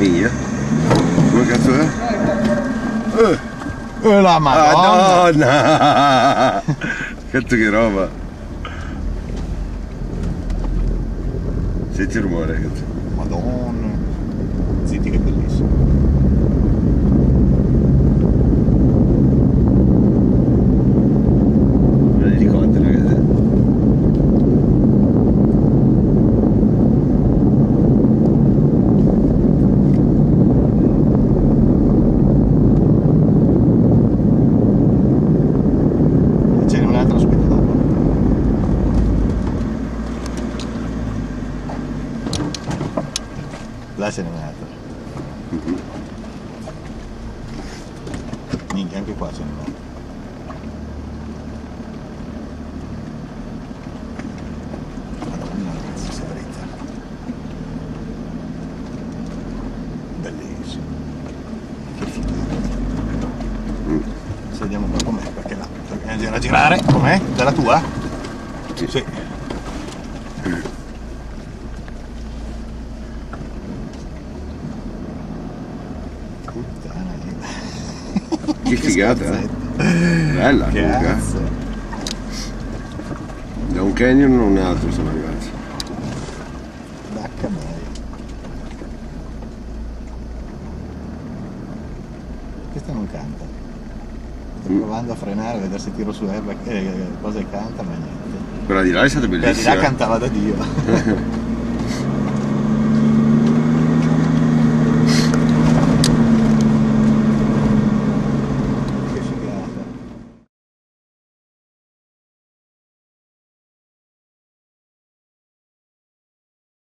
io? Come cazzo è? La Madonna! Madonna! Cazzo che roba! Senti il rumore, cazzo. Madonna! Zitti che bellissimo. L'elicottero, ragazzi. Ce n'è un altro subito dopo. Là ce n'è un altro. Minchia, anche qua ce n'è un altro. Madonna, ragazzi, sta dritta. Bellissimo. Che figata. Se vediamo qua com'è, perché là. Bisogna girare, com'è? Dalla tua? Sì. Sì. Puttana Che figata, eh? Bella comunque. Cazzo. Da un canyon a un altro sono arrivati. Vacca boia. Questa non canta. Sto provando a frenare, a vedere se tiro su erba cosa canta, ma niente. Quella di là è stata Quella di bellissima. là cantava da Dio.